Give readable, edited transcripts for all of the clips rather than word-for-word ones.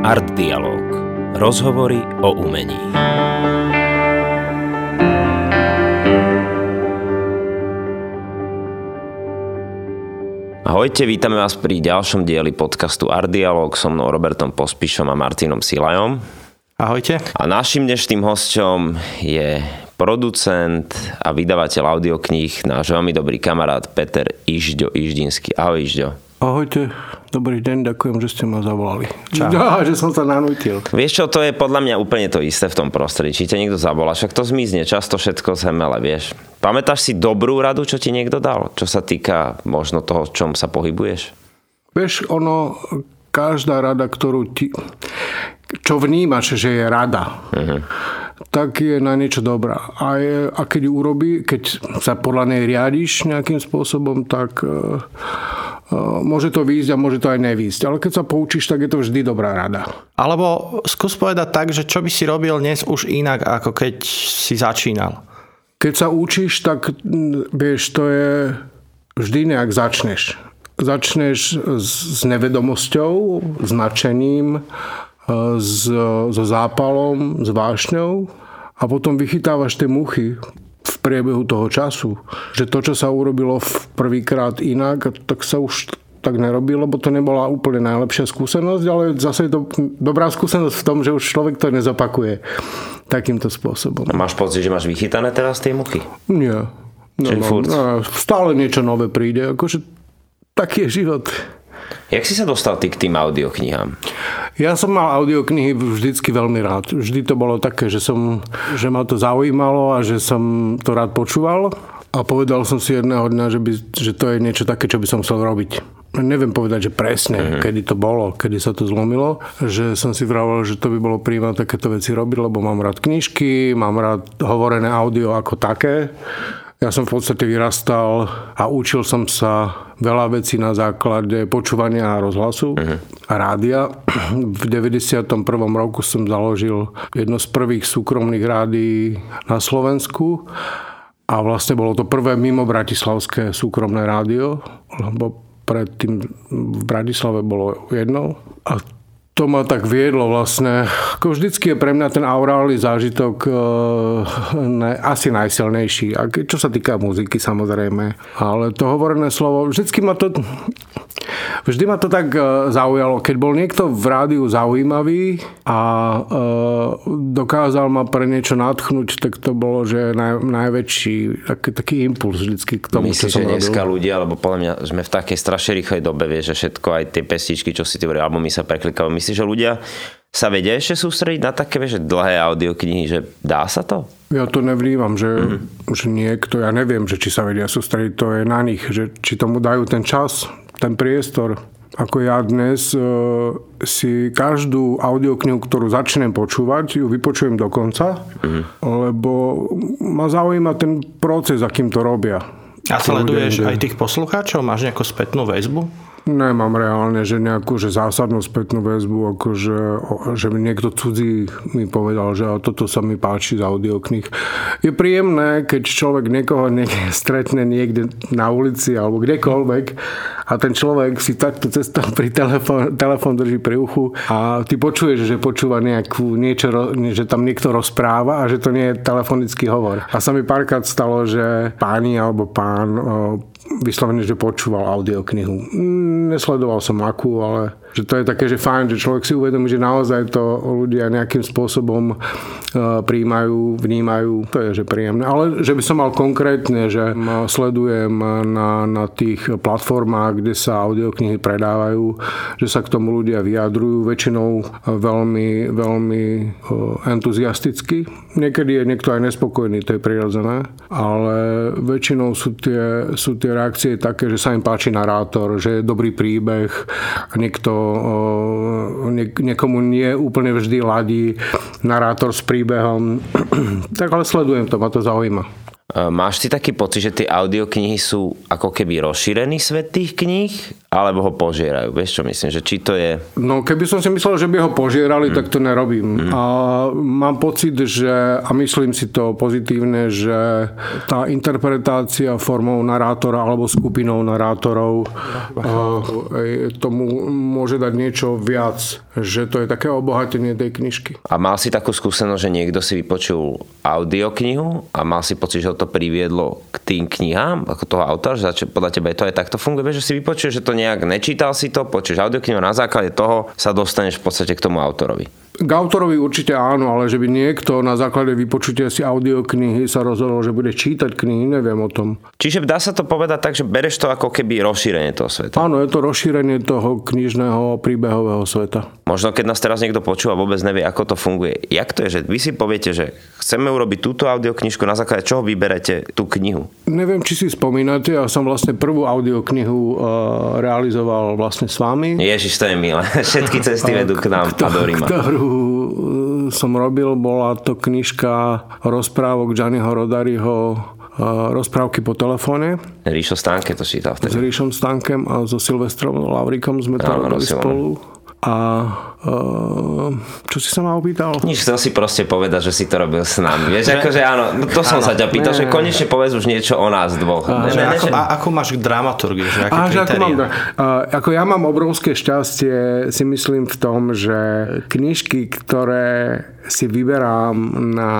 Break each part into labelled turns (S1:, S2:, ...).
S1: Art Dialóg. Rozhovory o umení. Ahojte, vítame vás pri ďalšom dieli podcastu Art Dialóg so mnou Robertom Pospišom a Martinom Silajom.
S2: Ahojte.
S1: A našim dnešným hosťom je producent a vydavateľ audiokníh, náš veľmi dobrý kamarát Peter Ižďo Iždinský. Ahoj Ižďo.
S3: Ahojte, dobrý deň, ďakujem, že ste ma zavolali.
S2: Čau.
S3: Že som sa nanútil.
S1: Vieš čo, to je podľa mňa úplne to isté v tom prostredí. Či ťa niekto zavolá, však to zmizne, často všetko zemele, vieš. Pamätáš si dobrú radu, čo ti niekto dal? Čo sa týka možno toho, v čom sa pohybuješ?
S3: Vieš, každá rada, čo vnímaš, že je rada, tak je na niečo dobrá. A keď ju urobí, keď sa podľa nej riadiš nejakým spôsobom, tak môže to výjsť a môže to aj nevýjsť. Ale keď sa poučíš, tak je to vždy dobrá rada.
S2: Alebo skús povedať tak, že čo by si robil dnes už inak, ako keď si začínal.
S3: Keď sa učíš, tak vieš, to je vždy nejak začneš. Začneš s nevedomosťou, s nadšením, so zápalom, s vášňou a potom vychytávaš tie muchy v priebehu toho času. Že to, čo sa urobilo prvýkrát inak, tak sa už tak nerobí, lebo to nebola úplne najlepšia skúsenosť, ale zase je to dobrá skúsenosť v tom, že už človek to nezopakuje takýmto spôsobom.
S1: A máš pocit, že máš vychytané teraz tie muchy?
S3: Nie. Stále niečo nové príde. Akože taký je život.
S1: Jak si sa dostal ty k tým audioknihám?
S3: Ja som mal audioknihy vždycky veľmi rád. Vždy to bolo také, že ma to zaujímalo a že som to rád počúval. A povedal som si jedného dňa, že to je niečo také, čo by som chcel robiť. Neviem povedať, že presne, kedy to bolo, kedy sa to zlomilo. Že som si vravel, že to by bolo príjemné takéto veci robiť, lebo mám rád knižky, mám rád hovorené audio ako také. Ja som v podstate vyrastal a učil som sa veľa vecí na základe počúvania rozhlasu a rádia. V 91. roku som založil jedno z prvých súkromných rádií na Slovensku a vlastne bolo to prvé mimo bratislavské súkromné rádio, lebo predtým v Bratislave bolo jedno. A to ma tak viedlo vlastne. Ako vždycky je pre mňa ten aurálny zážitok asi najsilnejší. A čo sa týka muziky, samozrejme. Ale to hovorené slovo, vždy ma to tak zaujalo. Keď bol niekto v rádiu zaujímavý a dokázal ma pre niečo nadchnúť, tak to bolo, že najväčší taký impuls vždycky k tomu,
S1: myslíš,
S3: čo som robil.
S1: Myslíš, že dneska ľudia, lebo podľa mňa sme v takej strašne rýchlej dobe, vieš, že všetko, aj tie pesničky, čo si ty hovoril, albumy sa preklikajú. Myslíš, že ľudia sa vedia ešte sústrediť na také, vieš, dlhé audioknihy, že dá sa to?
S3: Ja to nevnímam, že niekto, ja neviem, že či sa vedia sústrediť, to je na nich, že či tomu dajú ten čas, ten priestor. Ako ja dnes si každú audioknihu, ktorú začnem počúvať, ju vypočujem do konca, lebo ma zaujíma ten proces, akým to robia.
S2: A sleduješ aj tých poslucháčov? Máš nejakú spätnú väzbu?
S3: Nemám reálne, že nejakú zásadnú spätnú väzbu, že mi niekto cudzí mi povedal, že toto sa mi páči z audiokníh. Je príjemné, keď človek niekoho stretne niekde na ulici alebo kdekoľvek a ten človek si takto cestou pri telefón drží pri uchu a ty počuješ, že počúva niečo, že tam niekto rozpráva a že to nie je telefonický hovor. A sa mi párkrát stalo, že páni alebo pán vyslovene, že počúval audioknihu. Nesledoval som akú, ale že to je také, že fajn, že človek si uvedomí, že naozaj to ľudia nejakým spôsobom prijímajú, vnímajú. To je, že príjemné. Ale že by som mal konkrétne, že sledujem na tých platformách, kde sa audioknihy predávajú, že sa k tomu ľudia vyjadrujú, väčšinou veľmi, veľmi entuziasticky. Niekedy je niekto aj nespokojný, to je prirodzené, ale väčšinou sú tie reakcie také, že sa im páči narátor, že je dobrý príbeh a niekomu nie úplne vždy ladí narátor s príbehom. Tak ale sledujem to, ma to zaujíma.
S1: Máš si taký pocit, že tie audioknihy sú ako keby rozšírený svet tých kníh? alebo ho požierajú. Vieš čo myslím, že či to je...
S3: No keby som si myslel, že by ho požierali, tak to nerobím. A mám pocit, že, a myslím si to pozitívne, že tá interpretácia formou narátora alebo skupinou narátorov tomu môže dať niečo viac, že to je také obohatenie tej knižky.
S1: A mal si takú skúsenosť, že niekto si vypočul audioknihu a mal si pocit, že ho to priviedlo k tým knihám, ako toho autora, že podľa teba to aj takto funguje, vieš, že si vypočuješ, že to nejak nečítal si to, počuješ audioknihu a na základe toho sa dostaneš v podstate k tomu autorovi.
S3: K autorovi určite áno, ale že by niekto na základe vypočutia si audioknihy sa rozhodol, že bude čítať knihy, neviem o tom.
S1: Čiže dá sa to povedať tak, že bereš to ako keby rozšírenie toho sveta.
S3: Áno, je to rozšírenie toho knižného príbehového sveta.
S1: Možno keď nás teraz niekto počúva, vôbec nevie, ako to funguje. Jak to je, že vy si poviete, že chceme urobiť túto audioknižku, na základe čoho vyberete tú knihu?
S3: Neviem, či si spomínate, ja som vlastne prvú audioknihu realizoval vlastne s vami.
S1: Ježiš, to je milé. Všetky cesty vedú k nám a do Ríma.
S3: Ktorú som robil, bola to knižka rozprávok Gianniho Rodariho, rozprávky po telefóne.
S1: Ríšo Stánke to čítal vtedy.
S3: S Ríšom Stánkem a so Silvestrom Lavrikom sme to robili spolu. A čo si sa ma opýtal?
S1: Nič, chcel si proste povedať, že si to robil s nami. Vieš, akože áno, to som sa ťa pýtal, že konečne povedz už niečo o nás dvoch.
S2: Ako máš k dramaturgii? Že aké kritéria?
S3: Ako ja mám obrovské šťastie, si myslím v tom, že knižky, ktoré si vyberám na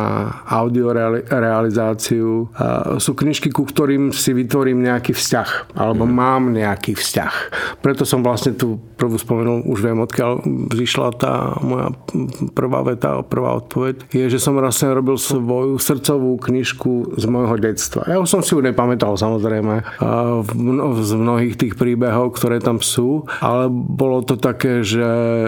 S3: audiorealizáciu, sú knižky, ku ktorým si vytvorím nejaký vzťah. Alebo mám nejaký vzťah. Preto som vlastne tu prvú spomenul, už viem, odkiaľ vyšla tá moja prvá veta, prvá odpoveď, je, že som raz robil svoju srdcovú knižku z môjho detstva. Ja už som si ju nepamätal, samozrejme, z mnohých tých príbehov, ktoré tam sú, ale bolo to také, že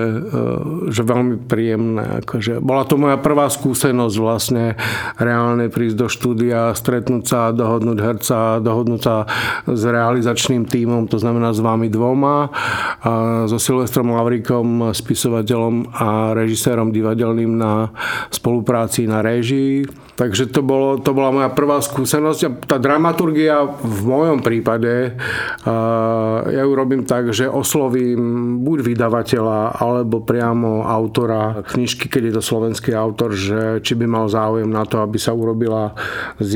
S3: veľmi príjemné. Akože bola to moja prvá skúsenosť vlastne reálne prísť do štúdia, stretnúť sa, dohodnúť herca, dohodnúť sa s realizačným tímom, to znamená s vami dvoma, so Silvestrom Lavrikom, spisovateľom a režisérom divadelným na spolupráci na réžii. Takže to bola moja prvá skúsenosť a tá dramaturgia v mojom prípade, ja ju robím tak, že oslovím buď vydavateľa alebo priamo autora knižky, keď je to slovenský autor, že či by mal záujem na to, aby sa urobila z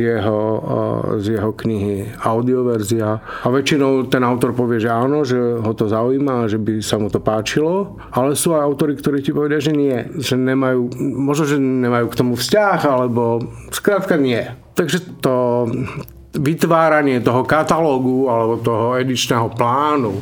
S3: jeho knihy audioverzia. A väčšinou ten autor povie, že áno, že ho to zaujíma, že by sa mu to páčilo, ale sú aj autori, ktorí ti povedia, že nie, že nemajú, možno, že nemajú k tomu vzťah, alebo skrátka nie. Takže to vytváranie toho katalógu alebo toho edičného plánu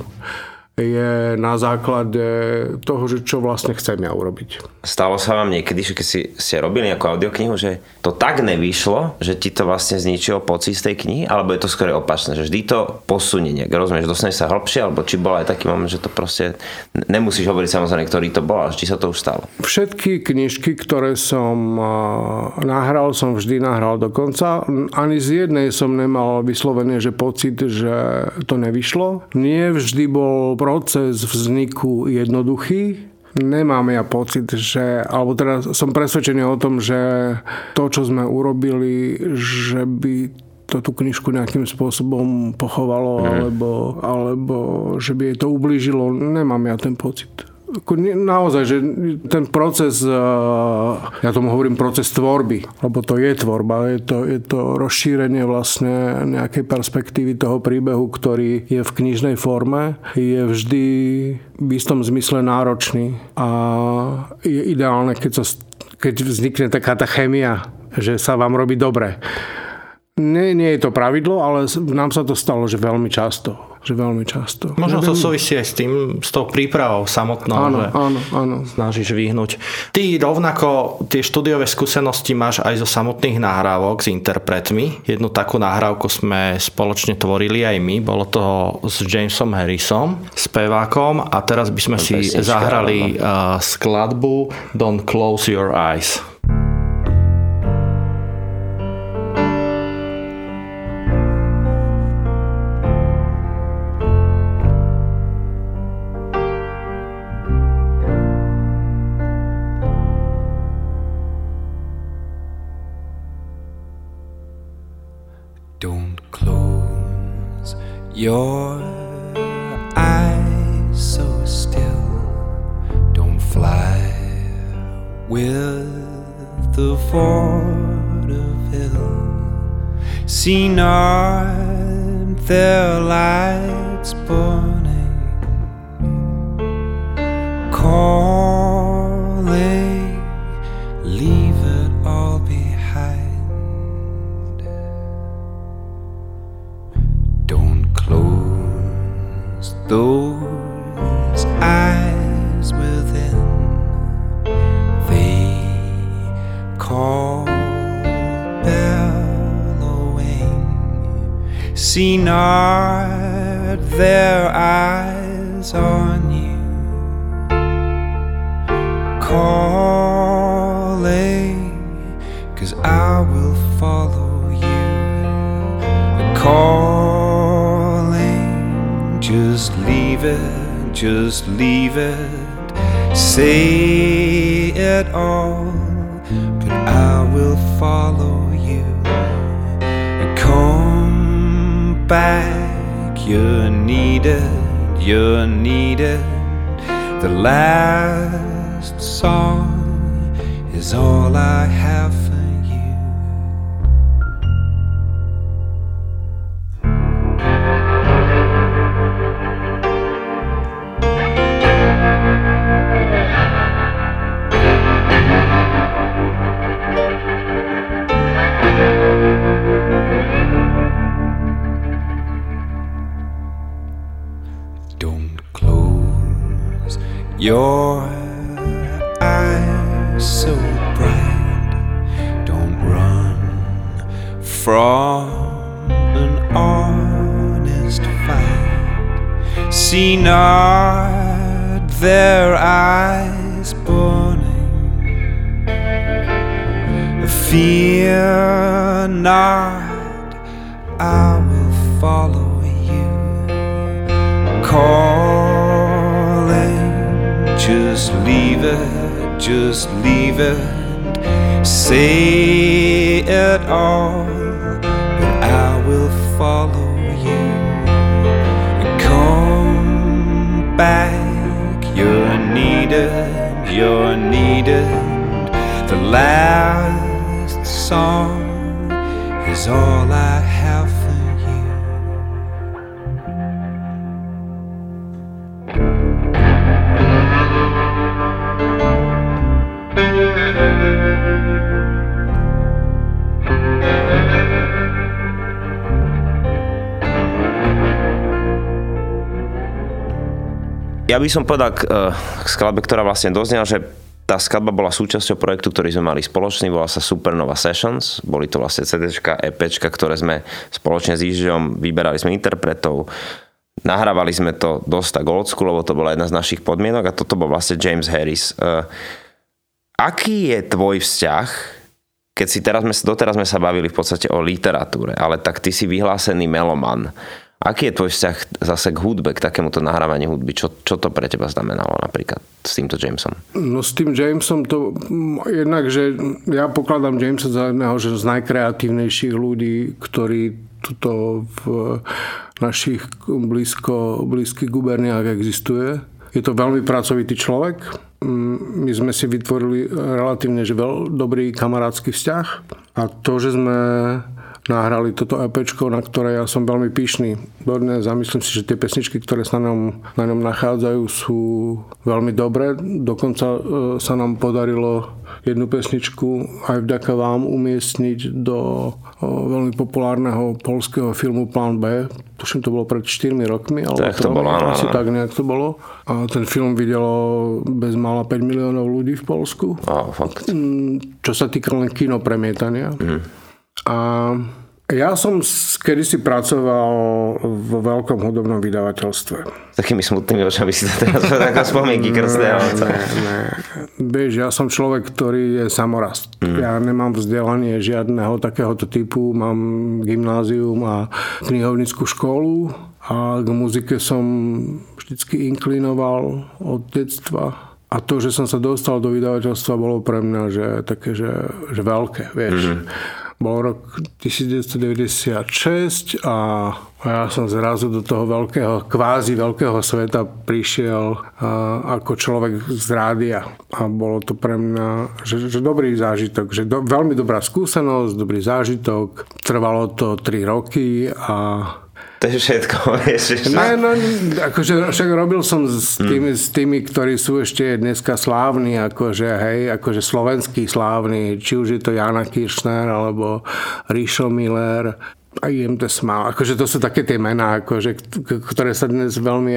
S3: je na základe toho, že čo vlastne chcem ja urobiť.
S1: Stalo sa vám niekedy, že keď ste robili nejakú audioknihu, že to tak nevyšlo, že ti to vlastne zničilo pocit z tej knihy, alebo je to skôr opačné, že vždy to posunie nejak, rozumieš, dostaneš sa hlbšie, alebo či bol aj taký moment, že to proste nemusíš hovoriť samozrejme, ktorý to bol, ale či sa to už stalo.
S3: Všetky knižky, ktoré som nahral, som vždy nahral do konca. Ani z jednej som nemal vyslovené, že pocit, že to nevyšlo. Nie vždy bol proces vzniku jednoduchý. Nemám ja pocit, alebo teda som presvedčený o tom, že to, čo sme urobili, že by to tú knižku nejakým spôsobom pochovalo, alebo že by jej to ublížilo. Nemám ja ten pocit. Naozaj, že ten proces, ja tomu hovorím proces tvorby, lebo to je tvorba, je to rozšírenie vlastne nejakej perspektívy toho príbehu, ktorý je v knižnej forme, je vždy v istom zmysle náročný a je ideálne, keď vznikne taká tá chémia, že sa vám robí dobre. Nie je to pravidlo, ale nám sa to stalo, že veľmi často.
S2: Možno to súvisí aj s tou prípravou samotnou.
S3: Áno.
S2: Snažíš vyhnúť. Ty rovnako tie štúdiové skúsenosti máš aj zo samotných nahrávok s interpretmi. Jednu takú nahrávku sme spoločne tvorili aj my. Bolo to s Jamesom Harrisom, spevákom, a teraz by sme si zahrali skladbu Don't Close Your Eyes.
S4: Don't close your eyes. with the vaudeville. See not their lights burning, calling, leave it all behind. Don't close those eyes within, they call bellowing. See not their eyes on you, calling, 'cause I will follow you. Calling, just leave it, say it all, but I will follow you. Come back, you're needed, the last song is all I have for you. Don't close your eyes so bright, don't run from an honest fight. See not their eyes burning, fear not, I will follow you. Calling, just leave it, say it all, but I will follow you. Come back, you're needed, the last song is all I have for you.
S1: Ja by som povedal k skladbe, ktorá vlastne doznela, že tá skladba bola súčasťou projektu, ktorý sme mali spoločný, volá sa Supernova Sessions. Boli to vlastne CDčka, EPčka, ktoré sme spoločne s Jižom vyberali sme interpretov. Nahrávali sme to dosť tak old school, lebo to bola jedna z našich podmienok a toto bol vlastne James Harris. Aký je tvoj vzťah, keď si doteraz sme sa bavili v podstate o literatúre, ale tak ty si vyhlásený meloman. Aký je tvoj vzťah zase k hudbe, k takémuto nahrávaniu hudby? Čo to pre teba znamenalo napríklad s týmto Jamesom?
S3: No s tým Jamesom to jednak, že ja pokladám Jamesa za jedného z najkreatívnejších ľudí, ktorí tuto v našich blízkych guberniách existuje. Je to veľmi pracovitý človek. My sme si vytvorili relatívne dobrý kamarátsky vzťah a to, že sme nahrali toto EPčko, na ktoré ja som veľmi pyšný. Dodnes zamyslím si, že tie pesničky, ktoré sa na ňom nachádzajú, sú veľmi dobré. Dokonca sa nám podarilo jednu pesničku aj vďaka vám umiestniť do veľmi populárneho poľského filmu Plán B. Tuším, to bolo pred 4 rokmi, ale
S1: tak to bolo,
S3: asi tak nejak to bolo. A ten film videlo bezmála 5 miliónov ľudí v Poľsku.
S1: Fakt.
S3: Čo sa týka len kinopremietania. A ja som kedysi pracoval vo veľkom hudobnom vydavateľstve.
S1: Takými smutnými očami si to teraz ako spomienky krstného.
S3: Ne. Vieš, ja som človek, ktorý je samorast. Ja nemám vzdelanie žiadneho takéhoto typu. Mám gymnázium a knihovnickú školu a k muzike som vždycky inklinoval od detstva. A to, že som sa dostal do vydavateľstva, bolo pre mňa že také, že veľké, vieš. bol rok 1996 a ja som zrazu do toho kvázi veľkého sveta prišiel ako človek z rádia. A bolo to pre mňa že dobrý zážitok, že veľmi dobrá skúsenosť, dobrý zážitok. Trvalo to 3 roky a
S1: to je všetko, vieš.
S3: No, akože však robil som s tými, ktorí sú ešte dneska slávni, akože slovenský slávny, či už je to Jana Kiršner, alebo Rišo Miller, a IMT Smál. Akože to sú také tie mená, akože, ktoré sa dnes veľmi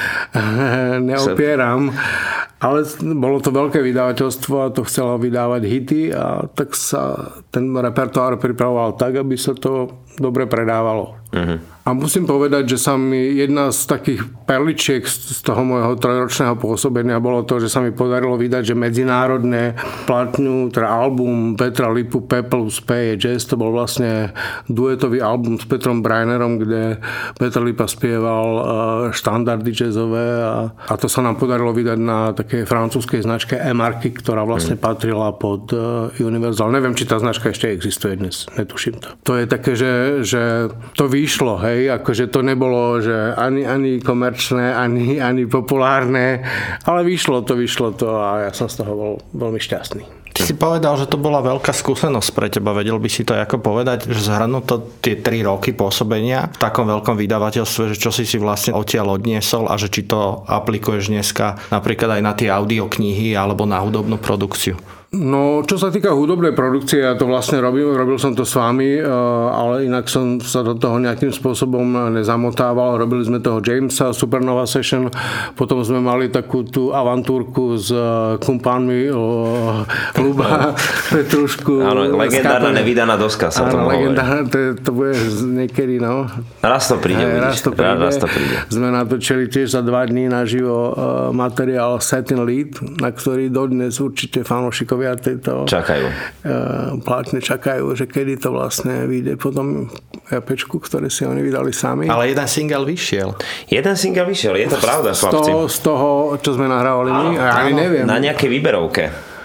S3: neopieram. Ale bolo to veľké vydavateľstvo a to chcelo vydávať hity a tak sa ten repertoár pripravoval tak, aby sa to dobre predávalo. A musím povedať, že sa mi jedna z takých perličiek z toho môjho 3-ročného pôsobenia bolo to, že sa mi podarilo vydať, že medzinárodne platňu, teda album Petra Lipu Pepl speje jazz. To bol vlastne duetový album s Petrom Brainerom, kde Petr Lipa spieval štandardy jazzové a to sa nám podarilo vydať na takej francúzskej značke Emarky, ktorá vlastne patrila pod Universal. Neviem, či tá značka ešte existuje dnes. Netuším to. To je také, že to vyšlo, hej, akože to nebolo, že ani komerčné, ani populárne, ale vyšlo to a ja som z toho bol veľmi šťastný.
S2: Ty si povedal, že to bola veľká skúsenosť pre teba. Vedel by si to ako povedať, že zhrnúť to tie 3 roky pôsobenia v takom veľkom vydavateľstve, že čo si vlastne odtiaľ odniesol a že či to aplikuješ dneska napríklad aj na tie audioknihy alebo na hudobnú produkciu?
S3: No, čo sa týka hudobnej produkcie, ja to vlastne robil som to s vami, ale inak som sa do toho nejakým spôsobom nezamotával. Robili sme toho Jamesa, Supernova Session, potom sme mali takú tú avantúrku s kumpánmi Luba, Petrušku.
S1: Áno, legendárna nevydaná doska sa tomu hovorí.
S3: To bude niekedy, no.
S1: Raz to príde.
S3: Raz to príde. Sme natočili tiež za 2 dní naživo materiál Set in Lead, na ktorý dodnes určite fanúšikovia tejto plátne čakajú, že kedy to vlastne vyjde potom EPčku, ktoré si oni vydali sami.
S2: Ale jeden single vyšiel, je to pravda, chlapci. Z toho, čo sme nahrávali my, ja ani neviem.
S1: Na nejakej výberovke.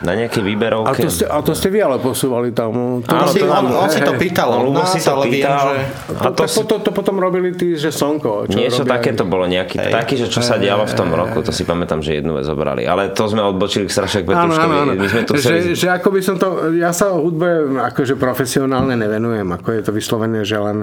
S1: A
S3: to ste vy ale posúvali tam.
S2: On si to pýtal.
S3: To potom robili tí, že Sonko.
S1: Niečo také to bolo, nejaký taký, že čo sa dialo v tom roku, to si pamätám, že jednu vec zobrali. Ale to sme odbočili k Strašek Petruškovi. My sme tu
S3: že ako by som to, ja sa o hudbe akože profesionálne nevenujem, ako je to vyslovene, že len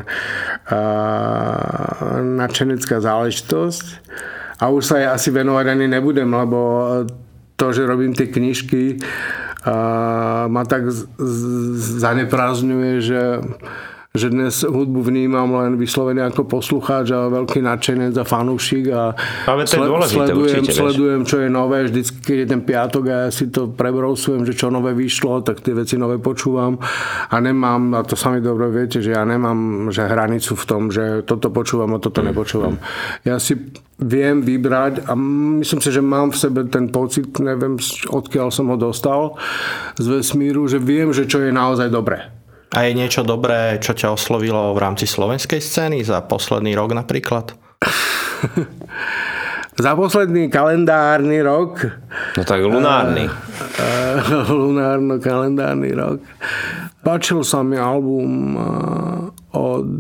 S3: nadšenecká záležitosť. A už sa ja asi venovať ani nebudem, lebo to, že robím tie knižky, ma tak zaneprázdňuje, že dnes hudbu vnímam len vyslovene ako poslucháč a veľký nadšenec a fanúšik a sledujem, čo je nové. Vždycky, keď je ten piatok a ja si to prebrousujem, že čo nové vyšlo, tak tie veci nové počúvam a nemám, a to sami dobre viete, že ja nemám že hranicu v tom, že toto počúvam a toto nepočúvam. Ja si viem vybrať a myslím si, že mám v sebe ten pocit, neviem odkiaľ som ho dostal z vesmíru, že viem, že čo je naozaj dobré.
S2: A je niečo dobré, čo ťa oslovilo v rámci slovenskej scény za posledný rok napríklad?
S3: Za posledný kalendárny rok?
S1: No tak lunárny.
S3: Lunárno-kalendárny rok. Páčil sa mi album od...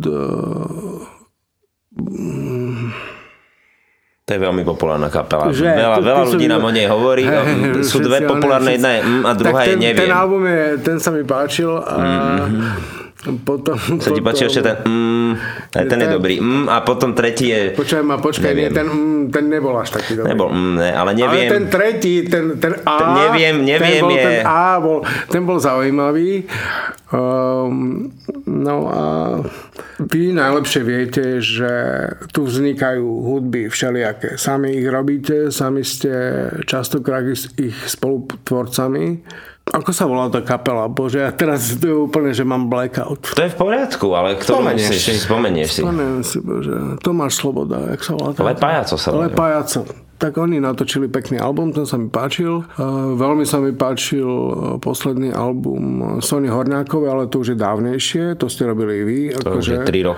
S1: To je veľmi populárna kapela. Veľa ľudí nám o nej hovorí. Sú dve populárne, jedna je a druhá je neviem.
S3: Ten album ten sa mi páčil a potom...
S1: Sa ti páči ešte ten je dobrý. A potom tretí je...
S3: Počkaj, ten nebol až taký dobrý.
S1: Ale neviem.
S3: Ale ten tretí, ten A...
S1: Neviem je...
S3: Ten A bol zaujímavý. No a vy najlepšie viete, že tu vznikajú hudby všelijaké. Sami ich robíte, sami ste častokrát ich spolutvorcami. Ako sa volá tá kapela? Bože, ja teraz to je úplne, že mám blackout.
S1: To je v poriadku, ale kto spomenieš si?
S3: Spomeniem si, bože. Tomáš Sloboda, jak sa volá?
S1: Lepajaco sa volá.
S3: Lepajaco. Tak oni natočili pekný album, ten sa mi páčil. Veľmi sa mi páčil posledný album Sony Horňákovej, ale to už je dávnejšie, to ste robili vy.
S1: To už je 3 roky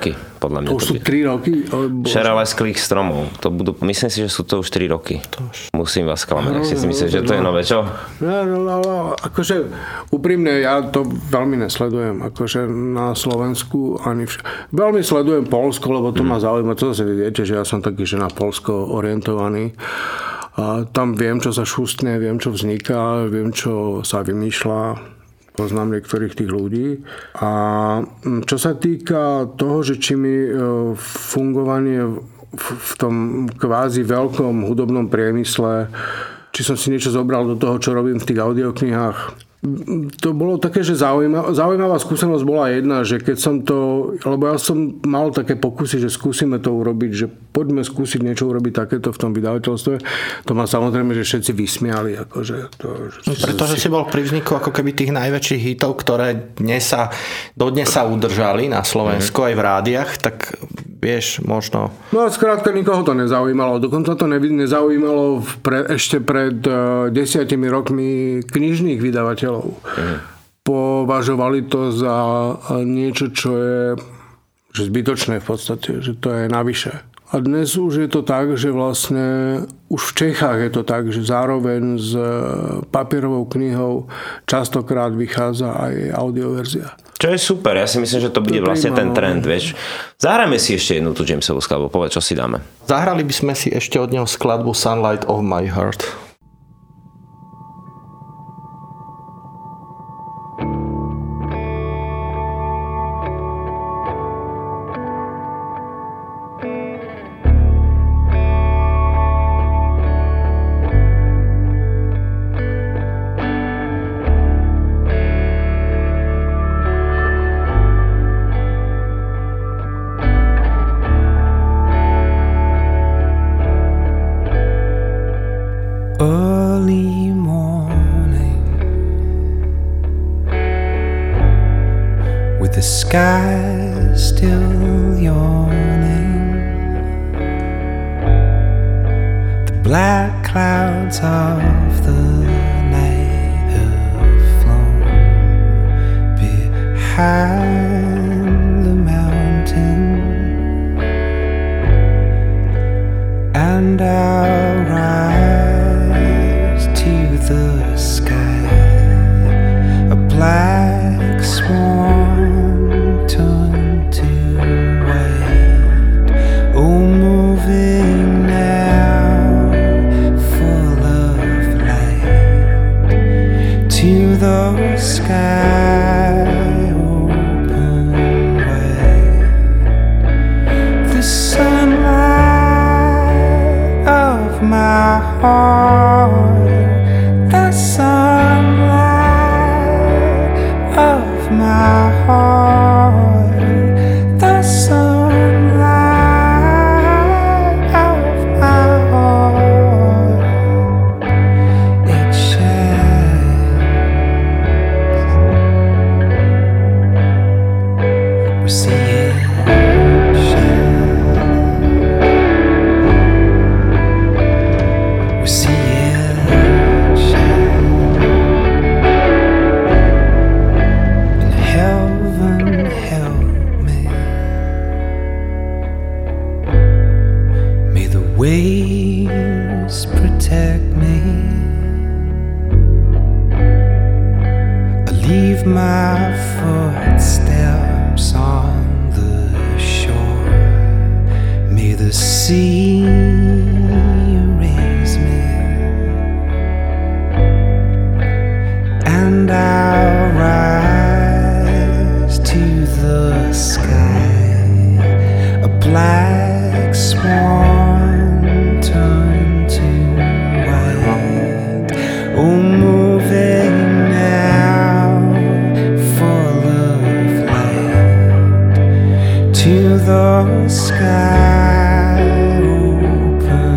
S1: podľa mňa.
S3: To už sú 3 roky?
S1: Šeralesklých stromov. To budú, myslím si, že sú to už 3 roky. Musím vás klamať, ak si myslíš, že to je nové, čo?
S3: No, akože úprimne, ja to veľmi nesledujem, akože na Slovensku ani veľmi sledujem Poľsko, lebo to ma zaujíma, to zase viete, že ja som taký, že na Poľsko orientovaný. A tam viem, čo sa šustne, viem, čo vzniká, viem, čo sa vymýšľa. Poznám niektorých tých ľudí. A čo sa týka toho, že či mi fungovanie v tom kvázi veľkom hudobnom priemysle, či som si niečo zobral do toho, čo robím v tých audioknihách, to bolo také, že zaujímavá skúsenosť bola jedna, že keď som to, lebo ja som mal také pokusy, že skúsime to urobiť, že poďme skúsiť niečo urobiť takéto v tom vydavateľstve. To ma samozrejme, že všetci vysmiali. Akože
S2: pretože si bol pri vzniku ako keby tých najväčších hitov, ktoré dodnes sa udržali na Slovensku aj v rádiách, tak vieš, možno... No
S3: a skrátka nikoho to nezaujímalo. Dokonca to nezaujímalo ešte pred 10 rokmi knižných vydavateľov. Považovali to za niečo, čo je zbytočné v podstate, že to je navyše. A dnes už je to tak, že vlastne už v Čechách je to tak, že zároveň s papierovou knihou častokrát vychádza aj audioverzia.
S1: Čo je super, ja si myslím, že to bude vlastne ten trend, vieš. Zahrajme si ešte jednu tú Jamesovú skladbu, povedz, čo si dáme.
S2: Zahrali by sme si ešte od neho skladbu Sunlight of My Heart.
S4: Early morning, with the sky still yawning, the black clouds of the night have flown behind the mountain, and I'll rise the sky, a black swan turned to white, oh moving now, full of light, to the sky open wide, the sunlight of my heart, the sunlight of my heart, the sunlight of my heart, it shines. We see it shine. We see it shine. In heaven, help me. May the waves protect me. I leave my footsteps on the shore. May the sea erase me, and I'll rise to the sky, a black swan turned to white, oh moving now, full of light, to the sky open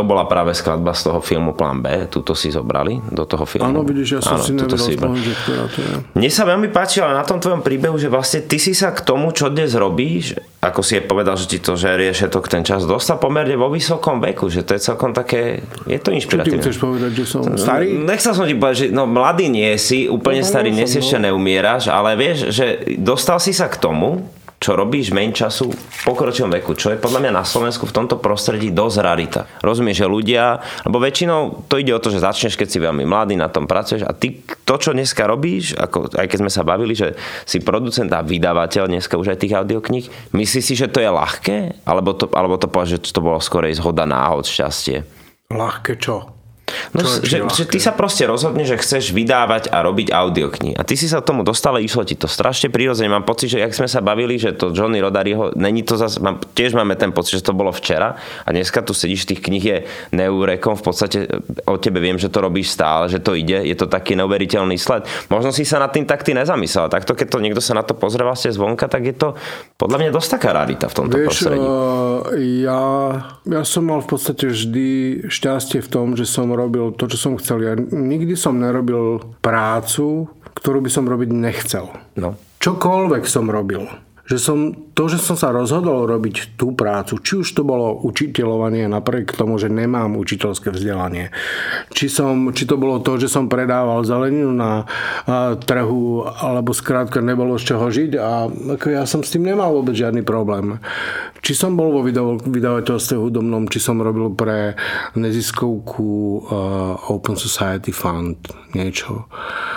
S1: bola práve skladba z toho filmu Plán B, túto si zobrali do toho filmu.
S3: Áno, vidíš, ja som si nevedel spomenúť, ktorá to je.
S1: Mne sa veľmi páčilo na tom tvojom príbehu, že vlastne ty si sa k tomu, čo dnes robíš, ako si je povedal, že ti to žerie všetok ten čas, dostal pomerne vo vysokom veku, že to je celkom také, je to inšpiratívne.
S3: Čo ty chceš povedať, že som starý?
S1: Nechcel som ti povedať, že mladý nie si, úplne starý, dnes ešte neumieraš, ale vieš, že dostal si sa k tomu, čo robíš menej času v pokročilom veku, čo je podľa mňa na Slovensku v tomto prostredí dosť rarita. Rozumieš, že ľudia, lebo väčšinou to ide o to, že začneš, keď si veľmi mladý, na tom pracuješ a ty to, čo dneska robíš, ako, aj keď sme sa bavili, že si producent a vydavateľ dneska už aj tých audiokníh, myslíš si, že to je ľahké? Alebo to povedať, že to bolo skorej zhoda náhod, šťastie?
S3: Ľahké čo?
S1: No, že ty sa proste rozhodneš, že chceš vydávať a robiť audioknihy. A ty si sa tomu dostal, išlo ti to strašne prirodzene. Mám pocit, že jak sme sa bavili, že to Johnny Rodariho, není to zase, tiež máme ten pocit, že to bolo včera a dneska tu sedíš, tých kníh je neurekom, v podstate o tebe viem, že to robíš stále, že to ide, je to taký neuveriteľný sled. Možno si sa nad tým tak ty nezamyslel. Takto, keď to niekto sa na to pozrie vlastne zvonka, tak je to podľa mňa dosť taká rarita v tomto prostredí.
S3: Ja som mal v podstate vždy šťastie v tom, že som robil to, čo som chcel. Ja nikdy som nerobil prácu, ktorú by som robiť nechcel.
S1: No.
S3: Čokoľvek som robil. Že som sa rozhodol robiť tú prácu, či už to bolo učiteľovanie napriek tomu, že nemám učiteľské vzdelanie. Či to bolo to, že som predával zeleninu na trhu, alebo skrátka nebolo z čoho žiť a ako ja som s tým nemal vôbec žiadny problém. Či som bol vo vydavateľstve hudobnom, či som robil pre neziskovku Open Society Fund niečo.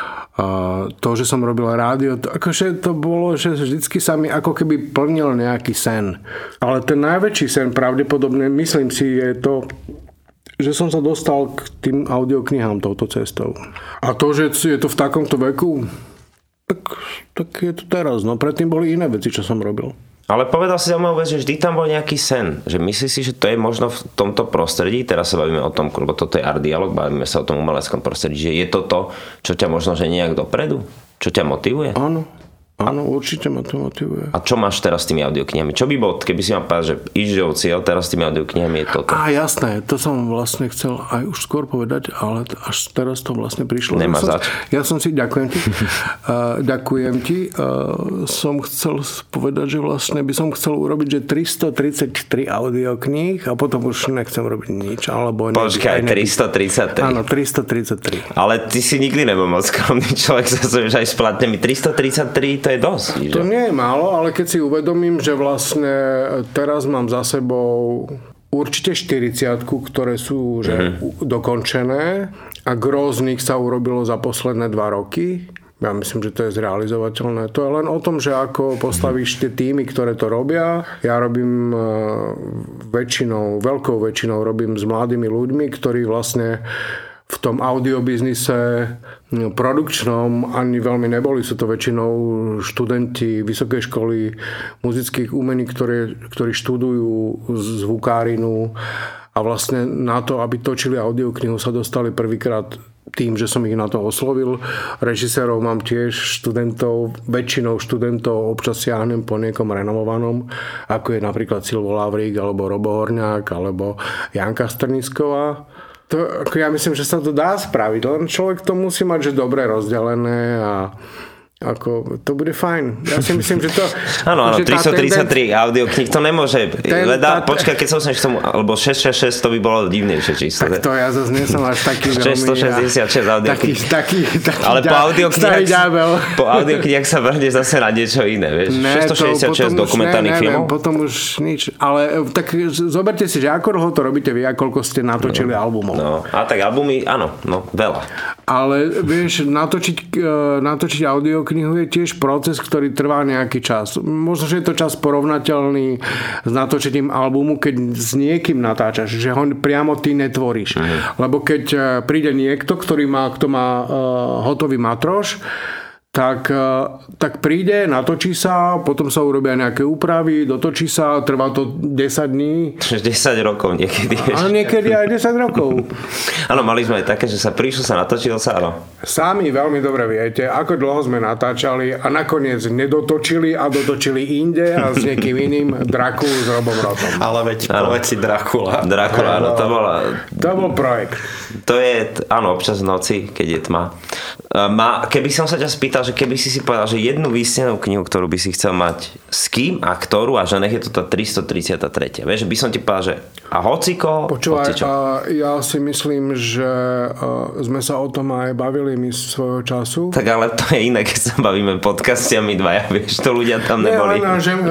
S3: To, že som robil rádio, akože to bolo, že vždycky sa mi ako keby plnil nejaký sen. Ale ten najväčší sen pravdepodobne, myslím si, je to, že som sa dostal k tým audioknihám touto cestou. A to, že je to v takomto veku, tak je to teraz. No predtým boli iné veci, čo som robil.
S1: Ale povedal si zaujímavú vec, že vždy tam bol nejaký sen. Že myslíš si, že to je možno v tomto prostredí, teraz sa bavíme o tom, lebo toto je art dialog, bavíme sa o tom umeleckom prostredí, že je to to, čo ťa možno že nejak dopredu? Čo ťa motivuje?
S3: Áno, určite ma to motivuje.
S1: A čo máš teraz s tými audioknihami? Čo by bol, keby si ma povedal, že Ižďov cieľ teraz s tými audioknihami je toto?
S3: Jasné, to som vlastne chcel aj už skôr povedať, ale až teraz to vlastne prišlo.
S1: Nemá zač.
S3: Ďakujem ti. Som chcel povedať, že vlastne by som chcel urobiť, že 333 audiokníh a potom už nechcem robiť nič.
S1: Počkaj, 333.
S3: Áno, 333.
S1: Ale ty si nikdy nebol moc skromný človek, zase už aj s platnemi. 333 to je dosť.
S3: To nie je málo, ale keď si uvedomím, že vlastne teraz mám za sebou určite 40, ktoré sú dokončené a gros z nich sa urobilo za posledné 2 roky. Ja myslím, že to je zrealizovateľné. To je len o tom, že ako postavíš tie týmy, ktoré to robia. Ja robím veľkou väčšinou robím s mladými ľuďmi, ktorí vlastne v tom audiobiznise produkčnom ani veľmi neboli. Sú to väčšinou študenti Vysokej školy muzických umení, ktorí študujú zvukárinu a vlastne na to, aby točili audioknihu, sa dostali prvýkrát tým, že som ich na to oslovil. Režisérov mám tiež väčšinou študentov, občas siahnem po niekom renovovanom, ako je napríklad Silvo Lavrík, alebo Robo Horňák, alebo Janka Strnisková. Ja myslím, že sa to dá spraviť, len človek to musí mať, že dobre rozdelené a ako, to bude fajn. Ja si myslím, že to...
S1: Áno, 333 audiokníh, to nemôže... Počkaj, keď sa ostaneš k tomu, alebo 666, to by bolo divnejšie číslo.
S3: Tak to ja zase nie som až taký
S1: 666 audiokníh.
S3: Taký
S1: ale po audiokníhach sa vrhneš zase na niečo iné, vieš? 666 dokumentárnych filmov?
S3: Potom už nič. Ale tak zoberte si, že ako dlho to robíte vy a koľko ste natočili albumov.
S1: No, a tak albumy, áno, veľa.
S3: Ale vieš, natočiť audioknihu je tiež proces, ktorý trvá nejaký čas. Možno, že je to čas porovnateľný s natočením albumu, keď s niekým natáčaš, že ho priamo ty netvoríš. Lebo keď príde niekto, kto má hotový matroš, tak príde, natočí sa, potom sa urobia nejaké úpravy, dotočí sa, trvá to 10 dní.
S1: 10 rokov niekedy.
S3: A niekedy aj 10 rokov.
S1: Áno, mali sme aj také, že sa prišlo, sa natočilo sa, áno.
S3: Sami veľmi dobre viete, ako dlho sme natáčali a nakoniec nedotočili a dotočili inde a s niekým iným Drakulu s Robom Rothom.
S2: Ale veď povedz si Drakula.
S1: Drakula, áno,
S3: to bol projekt.
S1: To je, áno, občas v noci, keď je tma. Keby som sa ťa spýtal, že keby si povedal, že jednu vysnenú knihu, ktorú by si chcel mať s kým a ktorú, a že nech je to tá 333. Vieš, že by som ti povedal, že a hociko,
S3: počúvaj, ja si myslím, že sme sa o tom aj bavili my svojho času.
S1: Tak ale to je iné, keď sa bavíme podcastiami dvaja, vieš, to ľudia tam neboli.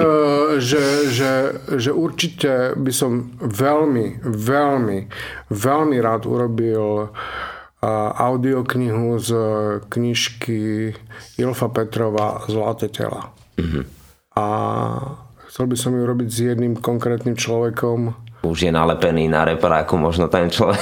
S3: Že určite by som veľmi, veľmi, veľmi rád urobil audioknihu z knižky Ilfa Petrova Zlaté tela. Mm-hmm. A chcel by som ju robiť s jedným konkrétnym človekom. Už je nalepený na repráku možno ten človek.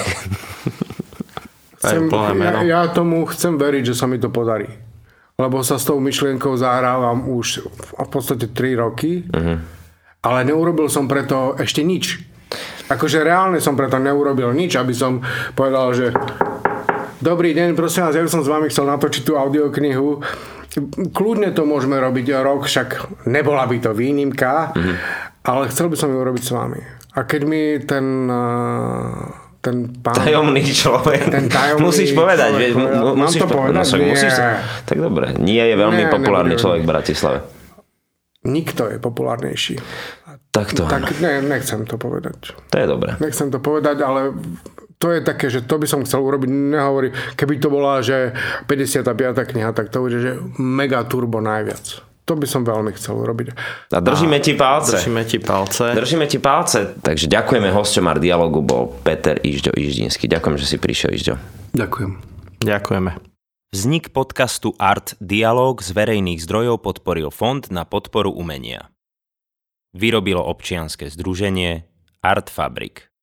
S3: Ja tomu chcem veriť, že sa mi to podarí. Lebo sa s tou myšlienkou zahrávam už v podstate 3 roky. Uh-huh. Ale neurobil som preto ešte nič. Akože reálne som preto neurobil nič, aby som povedal, že dobrý deň, prosím vás, ja by som s vami chcel natočiť tú audioknihu. Kľudne to môžeme robiť rok, však nebola by to výnimka, ale chcel by som ju urobiť s vami. A keď mi ten pán...
S1: Tajomný človek. Musíš povedať. Musíš to povedať? Tak dobre. Nie je veľmi populárny človek v Bratislave. Nikto je populárnejší. Tak nechcem to povedať. To je dobré. Nechcem to povedať, ale to je také, že to by som chcel urobiť. Nehovorí, keby to bola, že 55. kniha, tak to bude, že mega turbo najviac. To by som veľmi chcel urobiť. A držíme ti palce. Držíme ti palce. Takže ďakujeme, hosťom Art Dialogu bol Peter Ižďo Iždinský. Ďakujem, že si prišiel, Ižďo. Ďakujeme. Vznik podcastu Art Dialog z verejných zdrojov podporil Fond na podporu umenia. Vyrobilo občianske združenie Art Fabrik.